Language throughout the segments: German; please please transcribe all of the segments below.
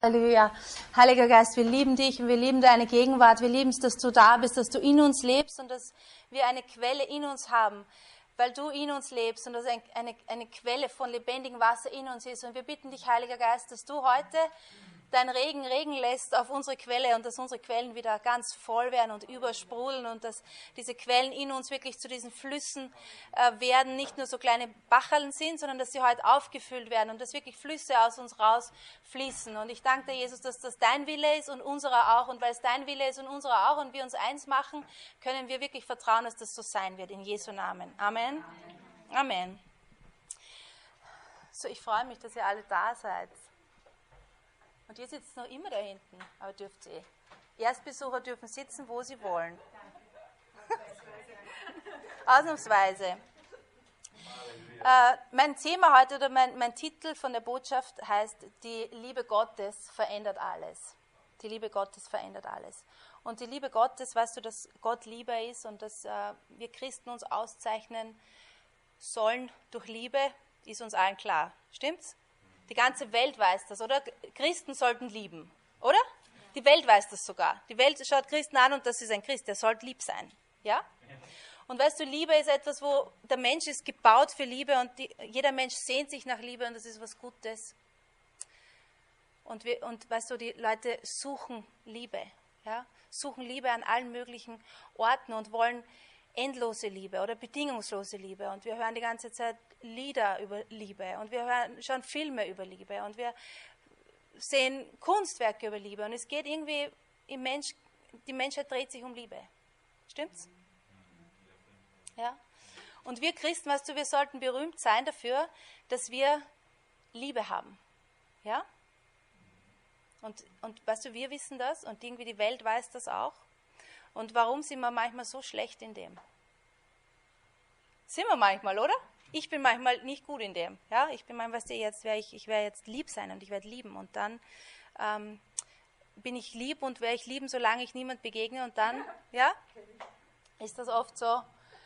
Halleluja. Heiliger Geist, wir lieben dich und wir lieben deine Gegenwart. Wir lieben es, dass du da bist, dass du in uns lebst und dass wir eine Quelle in uns haben, weil du in uns lebst und dass eine Quelle von lebendigem Wasser in uns ist. Und wir bitten dich, Heiliger Geist, dass du heute dein Regen regen lässt auf unsere Quelle und dass unsere Quellen wieder ganz voll werden und übersprudeln und dass diese Quellen in uns wirklich zu diesen Flüssen werden, nicht nur so kleine Bacheln sind, sondern dass sie heute aufgefüllt werden und dass wirklich Flüsse aus uns rausfließen. Und ich danke dir, Jesus, dass das dein Wille ist und unserer auch. Und weil es dein Wille ist und unserer auch und wir uns eins machen, können wir wirklich vertrauen, dass das so sein wird. In Jesu Namen. Amen. Amen. So, ich freue mich, dass ihr alle da seid. Und ihr sitzt noch immer da hinten, aber dürft ihr. Erstbesucher dürfen sitzen, wo sie wollen. Ausnahmsweise. Mein Thema heute oder mein Titel von der Botschaft heißt, die Liebe Gottes verändert alles. Die Liebe Gottes verändert alles. Und die Liebe Gottes, weißt du, dass Gott Liebe ist und dass wir Christen uns auszeichnen sollen durch Liebe, ist uns allen klar. Stimmt's? Die ganze Welt weiß das, oder? Christen sollten lieben, oder? Die Welt weiß das sogar. Die Welt schaut Christen an und das ist ein Christ, der sollte lieb sein. Ja? Und weißt du, Liebe ist etwas, wo der Mensch ist gebaut für Liebe und jeder Mensch sehnt sich nach Liebe und das ist was Gutes. Und weißt du, die Leute suchen Liebe. Ja? Suchen Liebe an allen möglichen Orten und wollen endlose Liebe oder bedingungslose Liebe. Und wir hören die ganze Zeit Lieder über Liebe und wir schauen Filme über Liebe und wir sehen Kunstwerke über Liebe. Und es geht irgendwie die Menschheit dreht sich um Liebe. Stimmt's? Ja? Und wir Christen, weißt du, wir sollten berühmt sein dafür, dass wir Liebe haben. Ja? Und weißt du, wir wissen das und irgendwie die Welt weiß das auch. Und warum sind wir manchmal so schlecht in dem? Sind wir manchmal, oder? Ich bin manchmal nicht gut in dem. Ja? Ich bin manchmal, weißt du, ich werde jetzt lieb sein und ich werde lieben. Und dann bin ich lieb und werde ich lieben, solange ich niemand begegne. Und dann, ja, ist das oft so.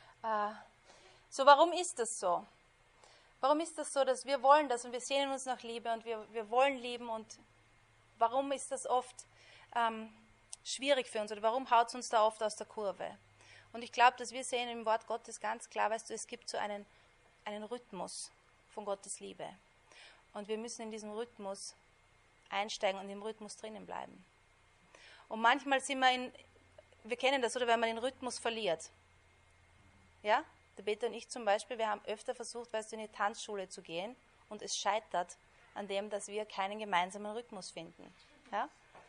So, warum ist das so? Warum ist das so, dass wir wollen das und wir sehnen uns nach Liebe und wir wollen lieben? Und warum ist das oft schwierig für uns oder warum haut es uns da oft aus der Kurve? Und ich glaube, dass wir sehen im Wort Gottes ganz klar, weißt du, es gibt so einen Rhythmus von Gottes Liebe. Und wir müssen in diesen Rhythmus einsteigen und im Rhythmus drinnen bleiben. Und manchmal sind wir kennen das, oder wenn man den Rhythmus verliert. Ja, der Peter und ich zum Beispiel, wir haben öfter versucht, weißt du, in die Tanzschule zu gehen und es scheitert an dem, dass wir keinen gemeinsamen Rhythmus finden. Ja?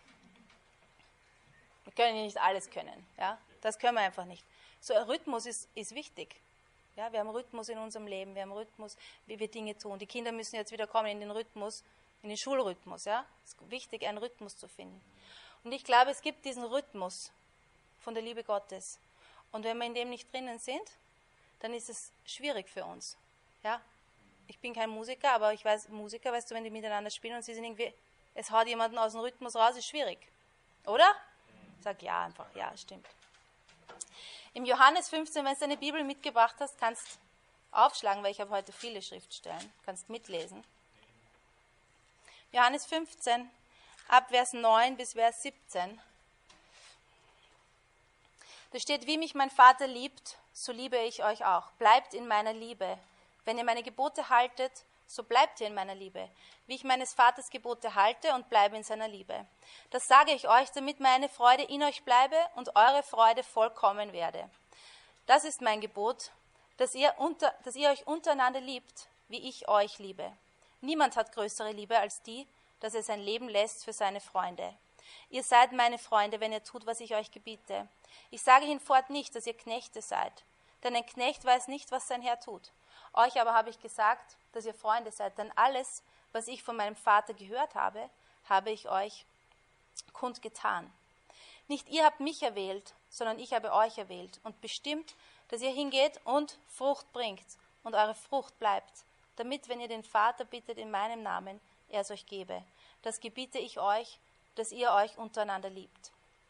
Wir können ja nicht alles können. Ja? Das können wir einfach nicht. So ein Rhythmus ist wichtig. Ja? Wir haben Rhythmus in unserem Leben, wir haben Rhythmus, wie wir Dinge tun. Die Kinder müssen jetzt wieder kommen in den Rhythmus, in den Schulrhythmus. Ja? Es ist wichtig, einen Rhythmus zu finden. Und ich glaube, es gibt diesen Rhythmus von der Liebe Gottes. Und wenn wir in dem nicht drinnen sind, dann ist es schwierig für uns. Ja? Ich bin kein Musiker, aber ich weiß, Musiker, weißt du, wenn die miteinander spielen und sie sind irgendwie, es haut jemanden aus dem Rhythmus raus, ist schwierig. Oder? Ich sage ja einfach, ja, stimmt. Im Johannes 15, wenn du deine Bibel mitgebracht hast, kannst aufschlagen, weil ich habe heute viele Schriftstellen, kannst mitlesen. Johannes 15, ab Vers 9 bis Vers 17. Da steht, wie mich mein Vater liebt, so liebe ich euch auch. Bleibt in meiner Liebe. Wenn ihr meine Gebote haltet, so bleibt ihr in meiner Liebe, wie ich meines Vaters Gebote halte und bleibe in seiner Liebe. Das sage ich euch, damit meine Freude in euch bleibe und eure Freude vollkommen werde. Das ist mein Gebot, dass ihr euch untereinander liebt, wie ich euch liebe. Niemand hat größere Liebe als die, dass er sein Leben lässt für seine Freunde. Ihr seid meine Freunde, wenn ihr tut, was ich euch gebiete. Ich sage hinfort nicht, dass ihr Knechte seid, denn ein Knecht weiß nicht, was sein Herr tut. Euch aber habe ich gesagt, dass ihr Freunde seid, denn alles, was ich von meinem Vater gehört habe, habe ich euch kundgetan. Nicht ihr habt mich erwählt, sondern ich habe euch erwählt und bestimmt, dass ihr hingeht und Frucht bringt und eure Frucht bleibt, damit, wenn ihr den Vater bittet in meinem Namen, er es euch gebe. Das gebiete ich euch, dass ihr euch untereinander liebt.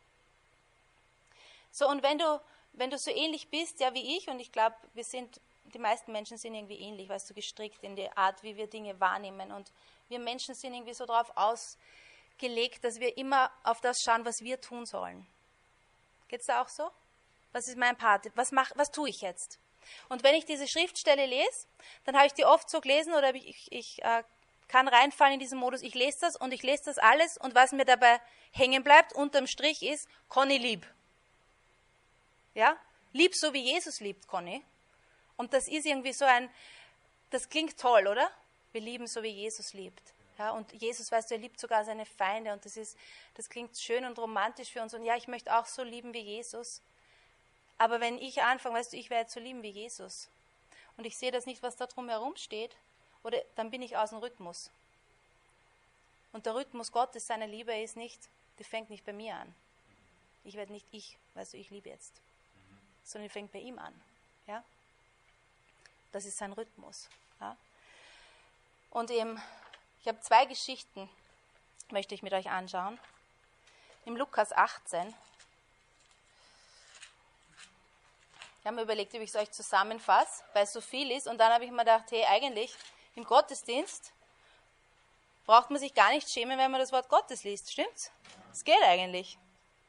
So, und wenn du so ähnlich bist, ja, wie ich, und ich glaube, die meisten Menschen sind irgendwie ähnlich, weißt du, gestrickt in der Art, wie wir Dinge wahrnehmen. Und wir Menschen sind irgendwie so drauf aus, gelegt, dass wir immer auf das schauen, was wir tun sollen. Geht's da auch so? Was ist mein Part? Was tue ich jetzt? Und wenn ich diese Schriftstelle lese, dann habe ich die oft so gelesen oder ich kann reinfallen in diesen Modus, ich lese das und ich lese das alles und was mir dabei hängen bleibt, unterm Strich ist, Conny lieb. Ja? Lieb so wie Jesus liebt, Conny. Und das ist irgendwie so das klingt toll, oder? Wir lieben so wie Jesus liebt. Ja, und Jesus, weißt du, er liebt sogar seine Feinde und das klingt schön und romantisch für uns und ja, ich möchte auch so lieben wie Jesus. Aber wenn ich anfange, weißt du, ich werde so lieben wie Jesus und ich sehe das nicht, was da drumherum steht, oder dann bin ich aus dem Rhythmus. Und der Rhythmus Gottes, seiner Liebe ist nicht, die fängt nicht bei mir an. Ich werde nicht weißt du, ich liebe jetzt, sondern die fängt bei ihm an. Ja? Das ist sein Rhythmus. Ja? Und eben, ich habe 2 Geschichten, möchte ich mit euch anschauen. Im Lukas 18. Ich habe mir überlegt, ob ich es euch zusammenfasse, weil es so viel ist. Und dann habe ich mir gedacht, hey, eigentlich im Gottesdienst braucht man sich gar nicht schämen, wenn man das Wort Gottes liest. Stimmt's? Es geht eigentlich.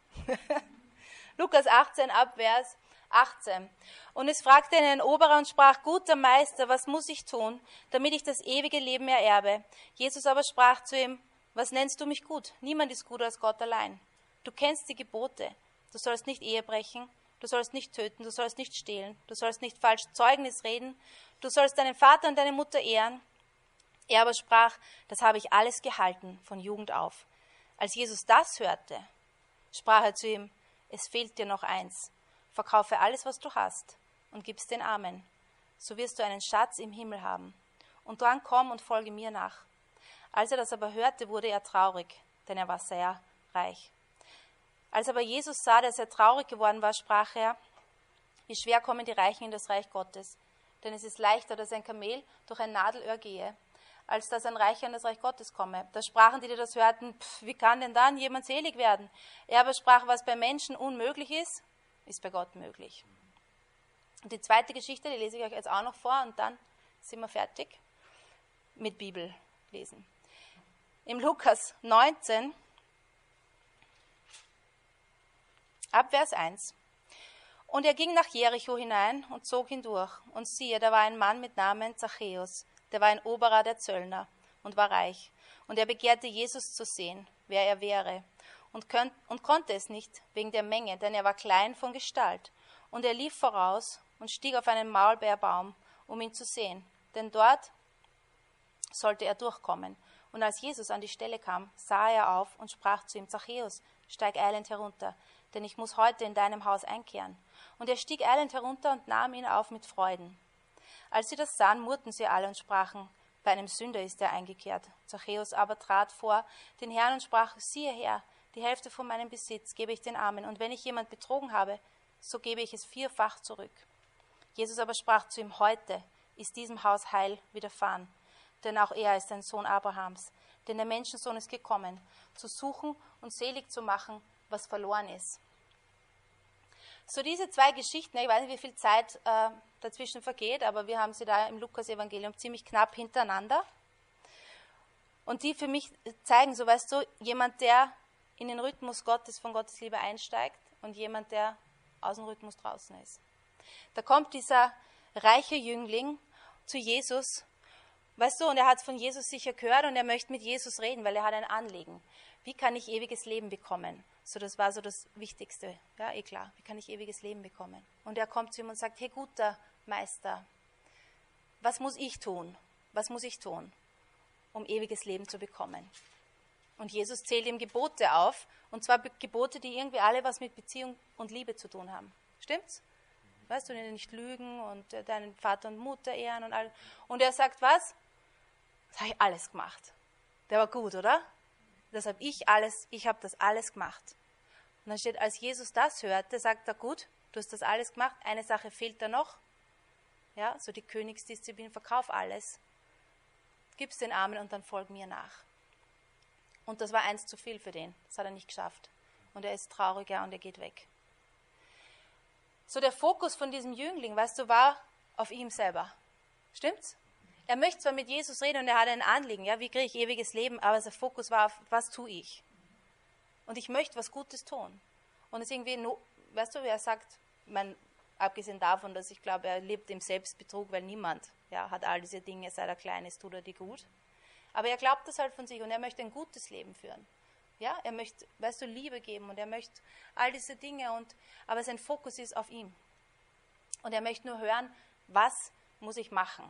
Lukas 18 ab Vers 18. Und es fragte einen Oberer und sprach, guter Meister, was muss ich tun, damit ich das ewige Leben ererbe? Jesus aber sprach zu ihm, was nennst du mich gut? Niemand ist gut als Gott allein. Du kennst die Gebote. Du sollst nicht Ehe brechen, du sollst nicht töten, du sollst nicht stehlen, du sollst nicht falsch Zeugnis reden, du sollst deinen Vater und deine Mutter ehren. Er aber sprach, das habe ich alles gehalten von Jugend auf. Als Jesus das hörte, sprach er zu ihm, es fehlt dir noch eins. Verkaufe alles, was du hast und gib's den Armen. So wirst du einen Schatz im Himmel haben. Und dann komm und folge mir nach. Als er das aber hörte, wurde er traurig, denn er war sehr reich. Als aber Jesus sah, dass er traurig geworden war, sprach er, wie schwer kommen die Reichen in das Reich Gottes. Denn es ist leichter, dass ein Kamel durch ein Nadelöhr gehe, als dass ein Reicher in das Reich Gottes komme. Da sprachen die das hörten, wie kann denn dann jemand selig werden? Er aber sprach, was bei Menschen unmöglich ist, ist bei Gott möglich. Und die zweite Geschichte, die lese ich euch jetzt auch noch vor und dann sind wir fertig mit Bibel lesen. Im Lukas 19, ab Vers 1. Und er ging nach Jericho hinein und zog hindurch. Und siehe, da war ein Mann mit Namen Zachäus, der war ein Oberer der Zöllner und war reich. Und er begehrte Jesus zu sehen, wer er wäre, und konnte es nicht wegen der Menge, denn er war klein von Gestalt. Und er lief voraus und stieg auf einen Maulbeerbaum, um ihn zu sehen, denn dort sollte er durchkommen. Und als Jesus an die Stelle kam, sah er auf und sprach zu ihm, Zachäus, steig eilend herunter, denn ich muss heute in deinem Haus einkehren. Und er stieg eilend herunter und nahm ihn auf mit Freuden. Als sie das sahen, murrten sie alle und sprachen, bei einem Sünder ist er eingekehrt. Zachäus aber trat vor den Herrn und sprach, siehe Herr, die Hälfte von meinem Besitz gebe ich den Armen, und wenn ich jemand betrogen habe, so gebe ich es 4-fach zurück. Jesus aber sprach zu ihm, heute ist diesem Haus Heil widerfahren, denn auch er ist ein Sohn Abrahams. Denn der Menschensohn ist gekommen, zu suchen und selig zu machen, was verloren ist. So diese 2 Geschichten, ich weiß nicht, wie viel Zeit dazwischen vergeht, aber wir haben sie da im Lukas-Evangelium ziemlich knapp hintereinander. Und die für mich zeigen, so weißt du, jemand, der in den Rhythmus Gottes, von Gottes Liebe einsteigt und jemand, der aus dem Rhythmus draußen ist. Da kommt dieser reiche Jüngling zu Jesus, weißt du, und er hat von Jesus sicher gehört und er möchte mit Jesus reden, weil er hat ein Anliegen. Wie kann ich ewiges Leben bekommen? So, das war so das Wichtigste. Ja, klar, wie kann ich ewiges Leben bekommen? Und er kommt zu ihm und sagt, hey, guter Meister, was muss ich tun? Was muss ich tun, um ewiges Leben zu bekommen? Und Jesus zählt ihm Gebote auf, und zwar Gebote, die irgendwie alle was mit Beziehung und Liebe zu tun haben. Stimmt's? Weißt du, nicht lügen und deinen Vater und Mutter ehren und all. Und er sagt, was? Das habe ich alles gemacht. Der war gut, oder? Das habe ich habe das alles gemacht. Und dann steht, als Jesus das hörte, sagt er, gut, du hast das alles gemacht, eine Sache fehlt da noch. Ja, so die Königsdisziplin, verkauf alles, gib's den Armen und dann folg mir nach. Und das war eins zu viel für den, das hat er nicht geschafft. Und er ist trauriger und er geht weg. So der Fokus von diesem Jüngling, weißt du, war auf ihm selber. Stimmt's? Er möchte zwar mit Jesus reden und er hat ein Anliegen, ja, wie kriege ich ewiges Leben, aber sein Fokus war auf, was tue ich? Und ich möchte was Gutes tun. Und es ist irgendwie, weißt du, wie er sagt, abgesehen davon, dass ich glaube, er lebt im Selbstbetrug, weil niemand hat all diese Dinge, seit er klein ist, tut er die gut. Aber er glaubt das halt von sich und er möchte ein gutes Leben führen. Ja, er möchte, weißt du, Liebe geben und er möchte all diese Dinge, aber sein Fokus ist auf ihm. Und er möchte nur hören, was muss ich machen?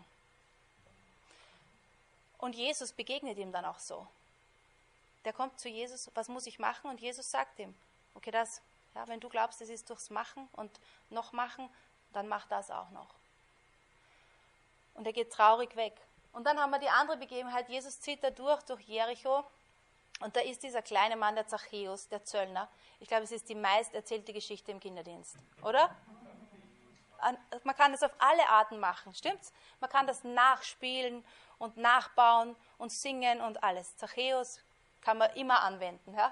Und Jesus begegnet ihm dann auch so. Der kommt zu Jesus, was muss ich machen? Und Jesus sagt ihm, okay, wenn du glaubst, das ist durchs Machen und noch machen, dann mach das auch noch. Und er geht traurig weg. Und dann haben wir die andere Begebenheit, Jesus zieht da durch Jericho und da ist dieser kleine Mann, der Zachäus, der Zöllner. Ich glaube, es ist die meist erzählte Geschichte im Kinderdienst, oder? Man kann das auf alle Arten machen, stimmt's? Man kann das nachspielen und nachbauen und singen und alles. Zachäus kann man immer anwenden. Ja?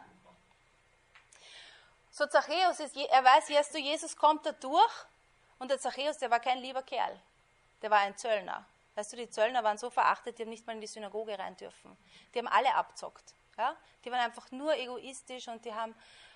So Zachäus, er weiß, Jesus kommt da durch und der Zachäus, der war kein lieber Kerl. Der war ein Zöllner. Weißt du, die Zöllner waren so verachtet, die haben nicht mal in die Synagoge rein dürfen. Die haben alle abzockt. Ja? Die waren einfach nur egoistisch und die haben,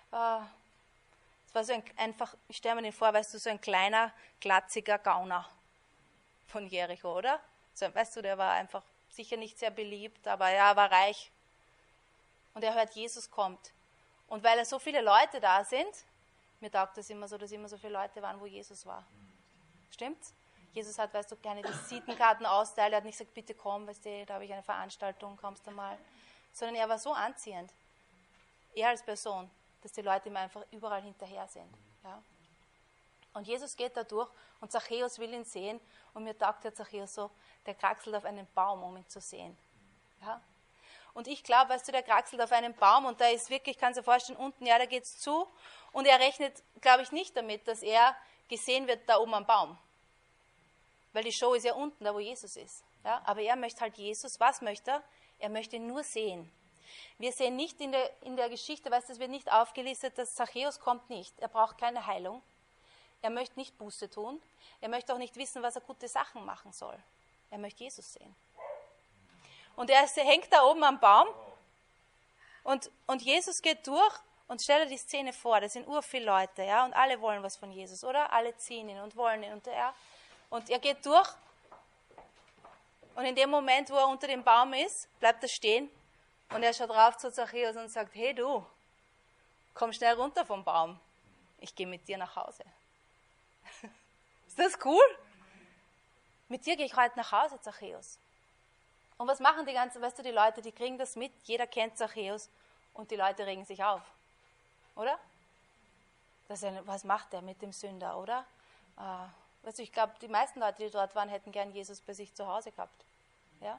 es war so einfach, ich stelle mir den vor, weißt du, so ein kleiner, glatziger Gauner von Jericho, oder? So, weißt du, der war einfach sicher nicht sehr beliebt, aber er war reich. Und er hört, Jesus kommt. Und weil so viele Leute da sind, mir taugt das immer so, dass immer so viele Leute waren, wo Jesus war. Stimmt's? Jesus hat, weißt du, keine Visitenkarten austeilt, er hat nicht gesagt, bitte komm, weißt du, da habe ich eine Veranstaltung, kommst du mal. Sondern er war so anziehend, er als Person, dass die Leute ihm einfach überall hinterher sind. Ja? Und Jesus geht da durch und Zachäus will ihn sehen und mir taugt der Zachäus so, der kraxelt auf einen Baum, um ihn zu sehen. Ja? Und ich glaube, weißt du, der kraxelt auf einen Baum und da ist wirklich, kannst du dir vorstellen, unten, da geht es zu und er rechnet, glaube ich, nicht damit, dass er gesehen wird da oben am Baum. Weil die Show ist ja unten, da wo Jesus ist. Ja? Aber er möchte halt Jesus, was möchte er? Er möchte ihn nur sehen. Wir sehen nicht in der Geschichte, weißt du, es wird nicht aufgelistet, dass Zachäus kommt nicht. Er braucht keine Heilung. Er möchte nicht Buße tun. Er möchte auch nicht wissen, was er gute Sachen machen soll. Er möchte Jesus sehen. Und er hängt da oben am Baum und Jesus geht durch und stell dir die Szene vor, da sind viele Leute, ja, und alle wollen was von Jesus, oder? Alle ziehen ihn und wollen ihn und er geht durch und in dem Moment, wo er unter dem Baum ist, bleibt er stehen und er schaut rauf zu Zachäus und sagt, hey du, komm schnell runter vom Baum, ich gehe mit dir nach Hause. Ist das cool? Mit dir gehe ich heute nach Hause, Zachäus. Und was machen die ganzen, weißt du, die Leute, die kriegen das mit, jeder kennt Zachäus und die Leute regen sich auf, oder? Was macht der mit dem Sünder, oder? Weißt du, ich glaube, die meisten Leute, die dort waren, hätten gern Jesus bei sich zu Hause gehabt. Ja?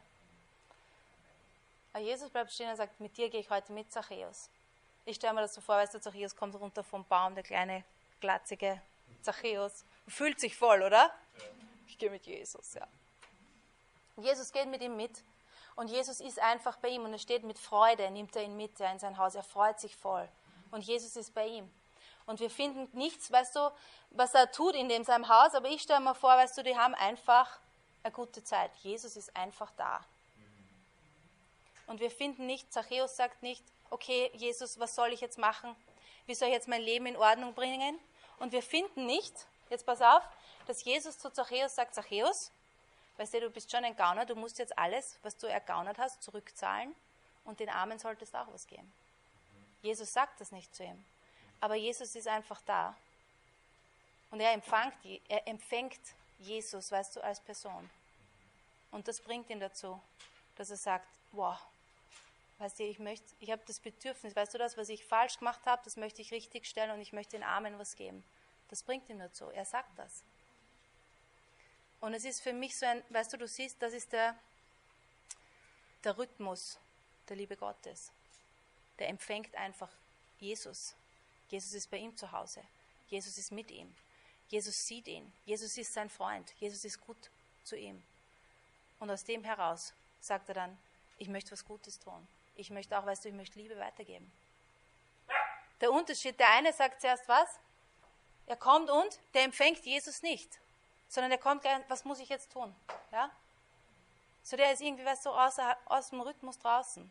Aber Jesus bleibt stehen und sagt, mit dir gehe ich heute mit, Zachäus. Ich stelle mir das so vor, weißt du, Zachäus kommt runter vom Baum, der kleine, glatzige Zachäus, fühlt sich voll, oder? Ich gehe mit Jesus, ja. Jesus geht mit ihm mit und Jesus ist einfach bei ihm und er steht mit Freude, nimmt er ihn mit in sein Haus, er freut sich voll und Jesus ist bei ihm. Und wir finden nichts, weißt du, was er tut in seinem Haus, aber ich stelle mir vor, weißt du, die haben einfach eine gute Zeit. Jesus ist einfach da. Und wir finden nicht, Zachäus sagt nicht, okay, Jesus, was soll ich jetzt machen? Wie soll ich jetzt mein Leben in Ordnung bringen? Und wir finden nicht, jetzt pass auf, dass Jesus zu Zachäus sagt, Zachäus, weißt du, du bist schon ein Gauner, du musst jetzt alles, was du ergaunert hast, zurückzahlen und den Armen solltest auch was geben. Jesus sagt das nicht zu ihm. Aber Jesus ist einfach da. Und er empfängt Jesus, weißt du, als Person. Und das bringt ihn dazu, dass er sagt, wow, weißt du, ich habe das Bedürfnis, weißt du das, was ich falsch gemacht habe, das möchte ich richtig stellen und ich möchte den Armen was geben. Das bringt ihn dazu. Er sagt das. Und es ist für mich so ein, weißt du, du siehst, das ist der Rhythmus der Liebe Gottes. Der empfängt einfach Jesus. Jesus ist bei ihm zu Hause. Jesus ist mit ihm. Jesus sieht ihn. Jesus ist sein Freund. Jesus ist gut zu ihm. Und aus dem heraus sagt er dann, ich möchte was Gutes tun. Ich möchte auch, weißt du, ich möchte Liebe weitergeben. Der Unterschied, der eine sagt zuerst was? Er kommt und der empfängt Jesus nicht. Sondern der kommt gleich, was muss ich jetzt tun? Ja? So der ist irgendwie, weißt du, aus dem Rhythmus draußen.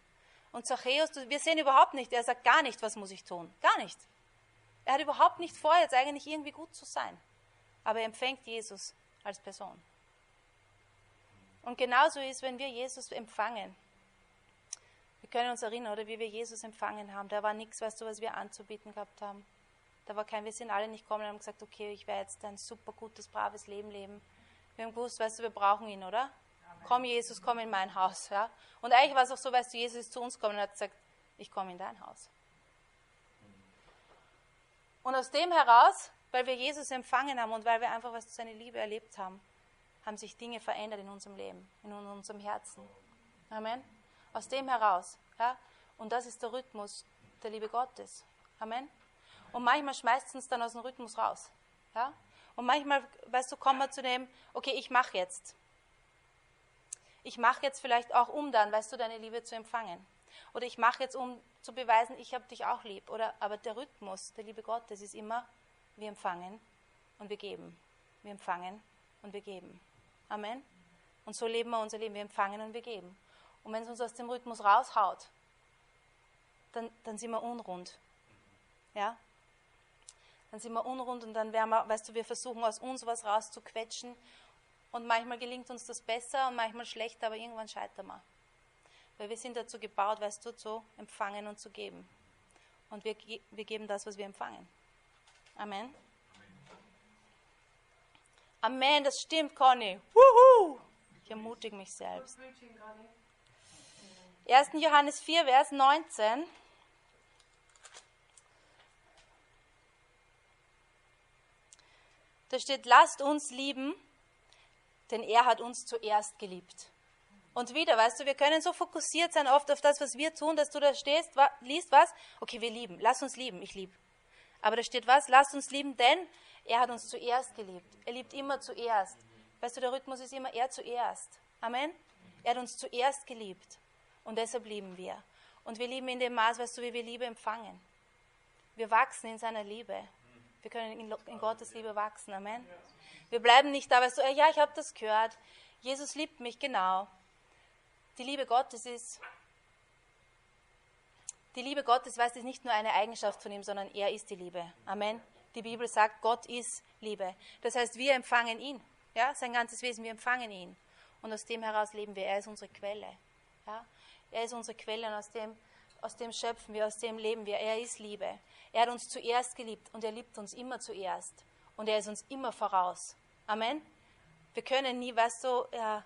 Und Zachäus, wir sehen überhaupt nicht, er sagt gar nicht, was muss ich tun. Gar nicht. Er hat überhaupt nicht vor, jetzt eigentlich irgendwie gut zu sein. Aber er empfängt Jesus als Person. Und genauso ist, wenn wir Jesus empfangen. Wir können uns erinnern, oder wie wir Jesus empfangen haben. Da war nichts, weißt du, was wir anzubieten gehabt haben. Da war wir sind alle nicht gekommen und haben gesagt, okay, ich werde jetzt ein super gutes, braves Leben leben. Wir haben gewusst, weißt du, wir brauchen ihn, oder? Amen. Komm, Jesus, komm in mein Haus. Ja? Und eigentlich war es auch so, weißt du, Jesus ist zu uns gekommen und hat gesagt, ich komme in dein Haus. Und aus dem heraus, weil wir Jesus empfangen haben und weil wir einfach, weißt du, seine Liebe erlebt haben, haben sich Dinge verändert in unserem Leben, in unserem Herzen. Amen. Aus dem heraus. Ja? Und das ist der Rhythmus der Liebe Gottes. Amen. Und manchmal schmeißt es uns dann aus dem Rhythmus raus. Ja? Und manchmal, weißt du, kommen wir zu dem, okay, ich mache jetzt. Ich mache jetzt vielleicht auch, um dann, weißt du, deine Liebe zu empfangen. Oder ich mache jetzt, um zu beweisen, ich habe dich auch lieb. Aber der Rhythmus der Liebe Gottes ist immer, wir empfangen und wir geben. Wir empfangen und wir geben. Amen. Und so leben wir unser Leben. Wir empfangen und wir geben. Und wenn es uns aus dem Rhythmus raushaut, dann sind wir unrund. Ja? Dann sind wir unrund und dann werden wir, weißt du, wir versuchen aus uns was rauszuquetschen. Und manchmal gelingt uns das besser und manchmal schlechter, aber irgendwann scheitern wir. Weil wir sind dazu gebaut, weißt du, zu empfangen und zu geben. Und wir geben das, was wir empfangen. Amen. Amen, das stimmt, Conny. Wuhu! Ich ermutige mich selbst. 1. Johannes 4, Vers 19. Da steht, lasst uns lieben, denn er hat uns zuerst geliebt. Und wieder, weißt du, wir können so fokussiert sein oft auf das, was wir tun, dass du da stehst, liest was? Okay, wir lieben, lass uns lieben, ich liebe. Aber da steht was? Lasst uns lieben, denn er hat uns zuerst geliebt. Er liebt immer zuerst. Weißt du, der Rhythmus ist immer er zuerst. Amen? Er hat uns zuerst geliebt. Und deshalb lieben wir. Und wir lieben in dem Maß, weißt du, wie wir Liebe empfangen. Wir wachsen in seiner Liebe. Wir können in Gottes Liebe wachsen. Amen? Wir bleiben nicht da, weißt du, ja, ich habe das gehört. Jesus liebt mich, genau. Die Liebe Gottes, weißt du, ist nicht nur eine Eigenschaft von ihm, sondern er ist die Liebe. Amen. Die Bibel sagt, Gott ist Liebe. Das heißt, wir empfangen ihn. Ja, sein ganzes Wesen, wir empfangen ihn. Und aus dem heraus leben wir. Er ist unsere Quelle. Ja? Er ist unsere Quelle und aus dem schöpfen wir, aus dem leben wir. Er ist Liebe. Er hat uns zuerst geliebt und er liebt uns immer zuerst. Und er ist uns immer voraus. Amen. Wir können nie, weißt du,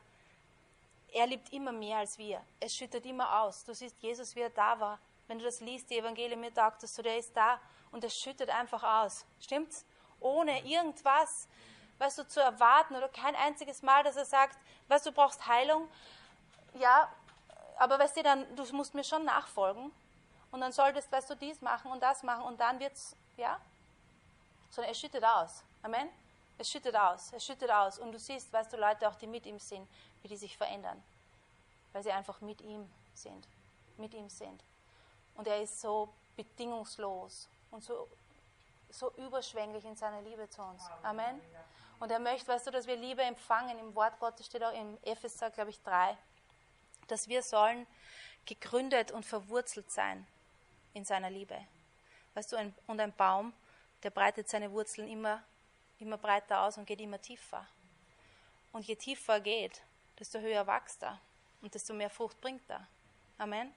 er liebt immer mehr als wir. Es schüttet immer aus. Du siehst Jesus, wie er da war. Wenn du das liest, die Evangelien mir dachtest, der ist da und es schüttet einfach aus. Stimmt's? Ohne irgendwas, weißt du, zu erwarten oder kein einziges Mal, dass er sagt, weißt du, brauchst Heilung. Ja, aber weißt du, dann, du musst mir schon nachfolgen und dann solltest, weißt du, dies machen und das machen und dann wird's, ja, sondern es schüttet aus. Amen? Es schüttet aus, es schüttet aus. Und du siehst, weißt du, Leute auch, die mit ihm sind, wie die sich verändern, weil sie einfach mit ihm sind. Und er ist so bedingungslos und so überschwänglich in seiner Liebe zu uns. Amen. Und er möchte, weißt du, dass wir Liebe empfangen. Im Wort Gottes steht auch im Epheser, glaube ich, 3, dass wir sollen gegründet und verwurzelt sein in seiner Liebe. Weißt du, und ein Baum, der breitet seine Wurzeln immer breiter aus und geht immer tiefer. Und je tiefer er geht, desto höher wächst er und desto mehr Frucht bringt er. Amen.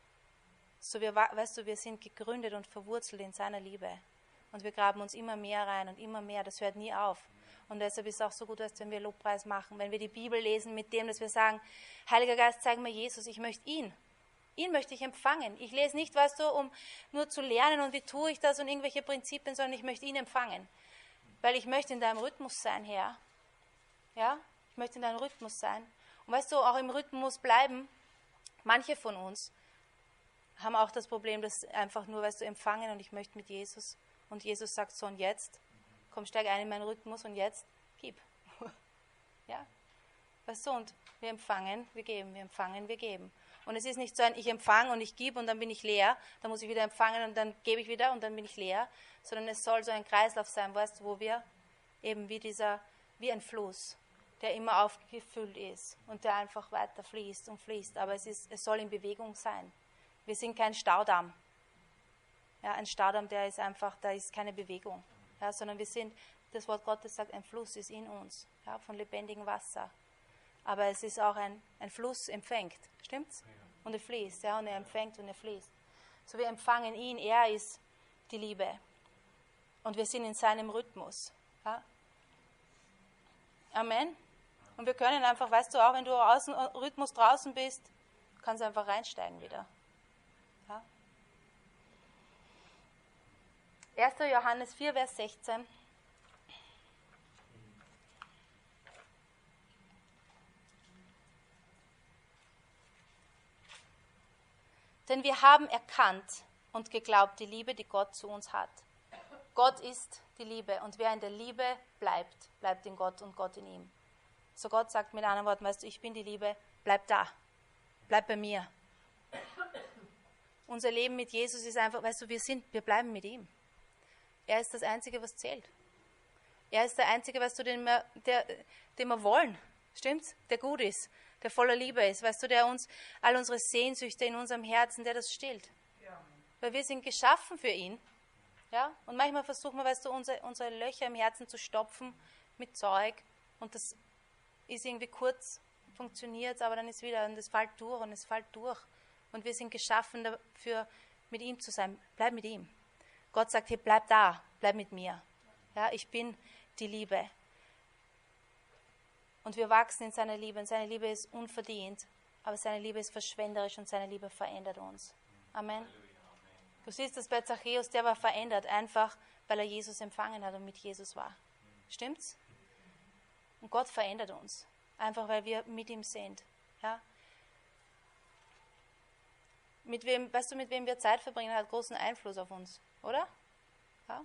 So weißt du, wir sind gegründet und verwurzelt in seiner Liebe. Und wir graben uns immer mehr rein und immer mehr. Das hört nie auf. Und deshalb ist es auch so gut, dass wenn wir Lobpreis machen, wenn wir die Bibel lesen mit dem, dass wir sagen, Heiliger Geist, zeig mir Jesus, ich möchte ihn. Ihn möchte ich empfangen. Ich lese nicht, weißt du, um nur zu lernen und wie tue ich das und irgendwelche Prinzipien, sondern ich möchte ihn empfangen. Weil ich möchte in deinem Rhythmus sein, Herr. Ja? Ich möchte in deinem Rhythmus sein. Und weißt du, auch im Rhythmus bleiben, manche von uns haben auch das Problem, dass einfach nur, weißt du, empfangen und ich möchte mit Jesus. Und Jesus sagt so, und jetzt, komm, steig ein in meinen Rhythmus und jetzt, gib. Ja? Weißt du, und wir empfangen, wir geben, wir empfangen, wir geben. Und es ist nicht so ein, ich empfange und ich gebe und dann bin ich leer, dann muss ich wieder empfangen und dann gebe ich wieder und dann bin ich leer, sondern es soll so ein Kreislauf sein, weißt du, wo wir eben wie ein Fluss, der immer aufgefüllt ist und der einfach weiter fließt und fließt, aber es soll in Bewegung sein. Wir sind kein Staudamm. Ja, ein Staudamm, der ist einfach, da ist keine Bewegung. Ja, sondern wir sind, das Wort Gottes sagt, ein Fluss ist in uns, ja, von lebendigem Wasser. Aber es ist auch ein Fluss empfängt, stimmt's? Und er fließt, ja, und er empfängt und er fließt. So, wir empfangen ihn, er ist die Liebe. Und wir sind in seinem Rhythmus. Ja? Amen. Und wir können einfach, weißt du, auch wenn du aus dem Rhythmus draußen bist, kannst du einfach reinsteigen wieder. Ja? 1. Johannes 4, Vers 16. Denn wir haben erkannt und geglaubt die Liebe, die Gott zu uns hat. Gott ist die Liebe und wer in der Liebe bleibt, bleibt in Gott und Gott in ihm. So Gott sagt mit anderen Worten, weißt du, ich bin die Liebe, bleib da, bleib bei mir. Unser Leben mit Jesus ist einfach, weißt du, wir bleiben mit ihm. Er ist das Einzige, was zählt. Er ist der Einzige, weißt du, den wir wollen, stimmt's? Der gut ist, der voller Liebe ist, weißt du, der uns all unsere Sehnsüchte in unserem Herzen, der das stillt. Ja. Weil wir sind geschaffen für ihn. Ja? Und manchmal versuchen wir, weißt du, unsere Löcher im Herzen zu stopfen mit Zeug und das ist irgendwie kurz, funktioniert, aber dann ist wieder, und es fällt durch und es fällt durch. Und wir sind geschaffen dafür, mit ihm zu sein. Bleib mit ihm. Gott sagt, hey, bleib da, bleib mit mir. Ja, ich bin die Liebe. Und wir wachsen in seiner Liebe. Und seine Liebe ist unverdient, aber seine Liebe ist verschwenderisch und seine Liebe verändert uns. Amen. Du siehst das bei Zachäus, der war verändert, einfach weil er Jesus empfangen hat und mit Jesus war. Stimmt's? Und Gott verändert uns, einfach weil wir mit ihm sind. Ja? Weißt du, mit wem wir Zeit verbringen, hat großen Einfluss auf uns, oder? Ja?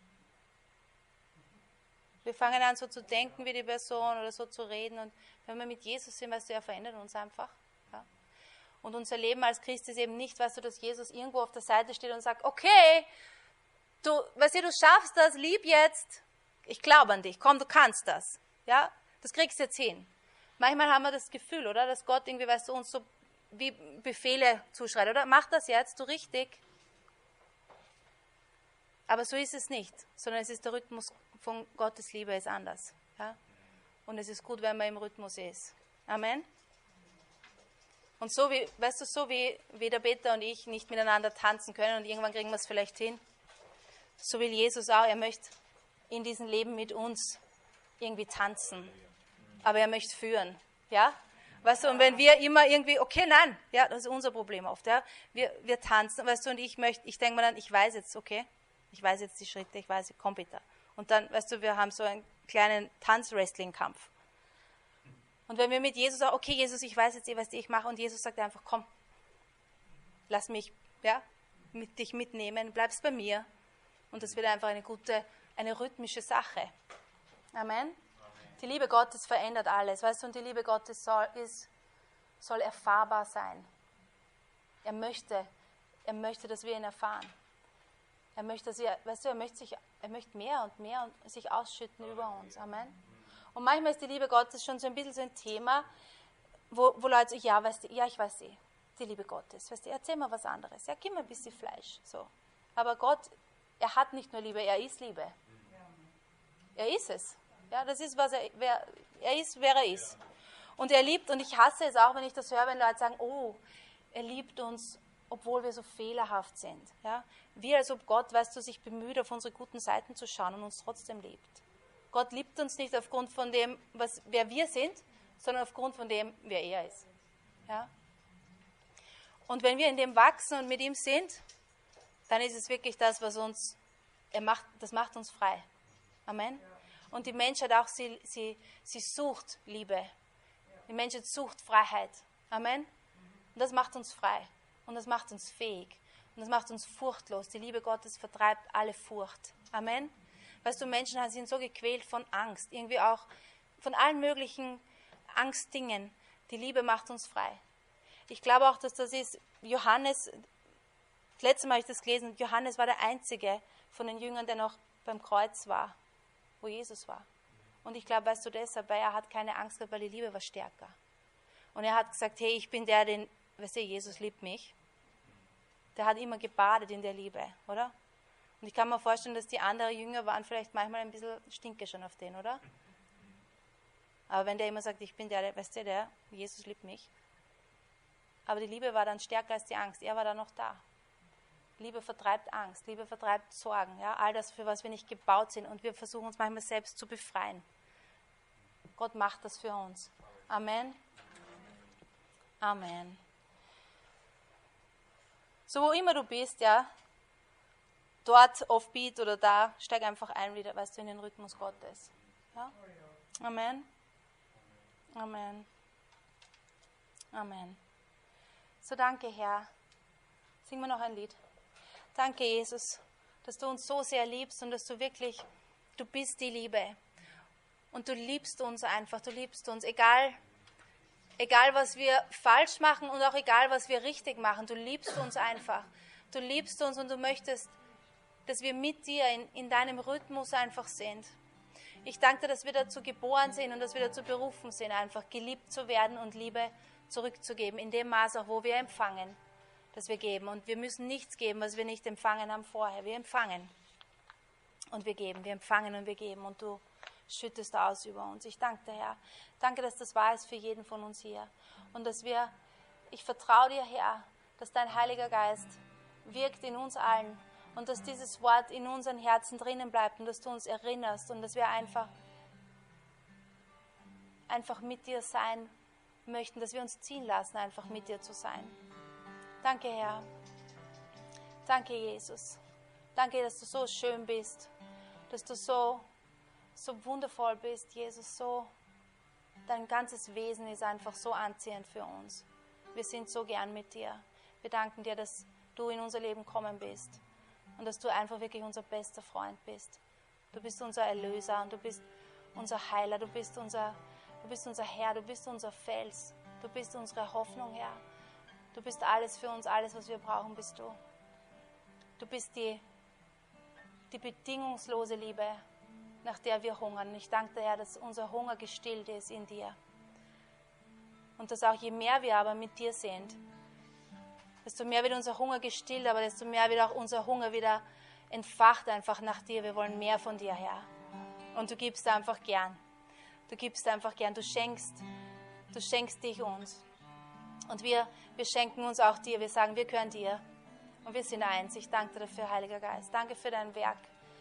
Wir fangen an, so zu denken wie die Person oder so zu reden. Und wenn wir mit Jesus sind, weißt du, er verändert uns einfach. Ja? Und unser Leben als Christ ist eben nicht, weißt du, dass Jesus irgendwo auf der Seite steht und sagt, okay, du schaffst das, lieb jetzt, ich glaube an dich, komm, du kannst das. Ja, das kriegst du jetzt hin. Manchmal haben wir das Gefühl, oder, dass Gott irgendwie, weißt du, uns so wie Befehle zuschreit, oder? Mach das jetzt, du richtig. Aber so ist es nicht, sondern es ist der Rhythmus von Gottes Liebe ist anders. Ja? Und es ist gut, wenn man im Rhythmus ist. Amen. Und so wie, weißt du, so wie der Peter und ich nicht miteinander tanzen können und irgendwann kriegen wir es vielleicht hin, so will Jesus auch, er möchte in diesem Leben mit uns irgendwie tanzen. Aber er möchte führen. Ja? Weißt du, und wenn wir immer irgendwie, okay, nein, ja, das ist unser Problem oft. Ja? Wir tanzen, weißt du, und ich denke mir dann, ich weiß jetzt, okay, ich weiß jetzt die Schritte, ich weiß, komm bitte. Und dann, weißt du, wir haben so einen kleinen Tanz-Wrestling-Kampf. Und wenn wir mit Jesus sagen, okay, Jesus, ich weiß jetzt was ich mache, und Jesus sagt einfach, komm, lass mich, ja, dich mitnehmen, bleibst bei mir. Und das wird einfach eine rhythmische Sache. Amen. Die Liebe Gottes verändert alles, weißt du, und die Liebe Gottes soll erfahrbar sein. Er möchte, dass wir ihn erfahren. Er möchte, weißt du, er möchte mehr und mehr und sich ausschütten über uns. Amen. Und manchmal ist die Liebe Gottes schon so ein bisschen so ein Thema, wo Leute sagen, ja, weißt du, ja, ich weiß die Liebe Gottes. Weißt du, erzähl mir was anderes. Ja, gib mir ein bisschen Fleisch. So. Aber Gott, er hat nicht nur Liebe, er ist Liebe. Er ist es. Ja, das ist, er ist, wer er ist. Und er liebt, und ich hasse es auch, wenn ich das höre, wenn Leute sagen, oh, er liebt uns, obwohl wir so fehlerhaft sind. Ja? Wie als ob Gott, weißt du, sich bemüht, auf unsere guten Seiten zu schauen und uns trotzdem liebt. Gott liebt uns nicht aufgrund von dem, wer wir sind, sondern aufgrund von dem, wer er ist. Ja? Und wenn wir in dem wachsen und mit ihm sind, dann ist es wirklich das, was das macht uns frei. Amen. Und die Menschheit auch, sie sucht Liebe. Die Menschheit sucht Freiheit. Amen. Und das macht uns frei. Und das macht uns fähig. Und das macht uns furchtlos. Die Liebe Gottes vertreibt alle Furcht. Amen. Weißt du, Menschen sind so gequält von Angst. Irgendwie auch von allen möglichen Angstdingen. Die Liebe macht uns frei. Ich glaube auch, dass das ist, Johannes, das letzte Mal habe ich das gelesen, Johannes war der Einzige von den Jüngern, der noch beim Kreuz war, wo Jesus war. Und ich glaube, weißt du deshalb, weil er hat keine Angst gehabt, weil die Liebe war stärker. Und er hat gesagt, hey, ich bin der, weißt du, Jesus liebt mich. der hat immer gebadet in der Liebe, oder? Und ich kann mir vorstellen, dass die anderen Jünger waren vielleicht manchmal ein bisschen stinke schon auf den, oder? Aber wenn der immer sagt, ich bin der, weißt du, der, Jesus liebt mich. Aber die Liebe war dann stärker als die Angst. Er war dann noch da. Liebe vertreibt Angst, Liebe vertreibt Sorgen. Ja? All das, für was wir nicht gebaut sind. Und wir versuchen uns manchmal selbst zu befreien. Gott macht das für uns. Amen. Amen. So, wo immer du bist, ja, dort Offbeat oder da, steig einfach ein wieder, weißt du, in den Rhythmus Gottes. Ja? Amen. Amen. Amen. So, danke, Herr. Singen wir noch ein Lied. Danke, Jesus, dass du uns so sehr liebst und dass du wirklich, du bist die Liebe. Und du liebst uns einfach, du liebst uns, egal was wir falsch machen und auch egal, was wir richtig machen. Du liebst uns einfach. Du liebst uns und du möchtest, dass wir mit dir in deinem Rhythmus einfach sind. Ich danke dir, dass wir dazu geboren sind und dass wir dazu berufen sind, einfach geliebt zu werden und Liebe zurückzugeben, in dem Maß auch, wo wir empfangen, dass wir geben. Und wir müssen nichts geben, was wir nicht empfangen haben vorher. Wir empfangen und wir geben, wir empfangen und wir geben und du schüttest aus über uns. Ich danke dir, Herr. Danke, dass das wahr ist für jeden von uns hier. Und dass ich vertraue dir, Herr, dass dein Heiliger Geist wirkt in uns allen und dass dieses Wort in unseren Herzen drinnen bleibt und dass du uns erinnerst und dass wir einfach mit dir sein möchten, dass wir uns ziehen lassen, einfach mit dir zu sein. Danke, Herr. Danke, Jesus. Danke, dass du so schön bist, dass du so wundervoll bist, Jesus. Dein ganzes Wesen ist einfach so anziehend für uns. Wir sind so gern mit dir. Wir danken dir, dass du in unser Leben gekommen bist und dass du einfach wirklich unser bester Freund bist. Du bist unser Erlöser und du bist unser Heiler, du bist unser Herr, du bist unser Fels, du bist unsere Hoffnung, Herr. Du bist alles für uns, alles, was wir brauchen, bist du. Du bist die bedingungslose Liebe, nach der wir hungern. Und ich danke dir, Herr, dass unser Hunger gestillt ist in dir. Und dass auch je mehr wir aber mit dir sind, desto mehr wird unser Hunger gestillt, aber desto mehr wird auch unser Hunger wieder entfacht einfach nach dir. Wir wollen mehr von dir, Herr. Und du gibst einfach gern. Du gibst einfach gern. Du schenkst dich uns. Und wir schenken uns auch dir. Wir sagen, wir gehören dir. Und wir sind eins. Ich danke dir dafür, Heiliger Geist. Danke für dein Werk.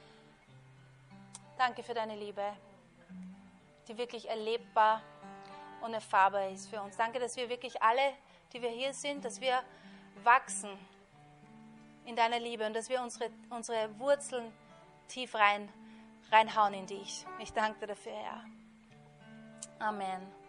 Danke für deine Liebe, die wirklich erlebbar und erfahrbar ist für uns. Danke, dass wir wirklich alle, die wir hier sind, dass wir wachsen in deiner Liebe und dass wir unsere Wurzeln tief reinhauen in dich. Ich danke dir dafür, Herr. Amen.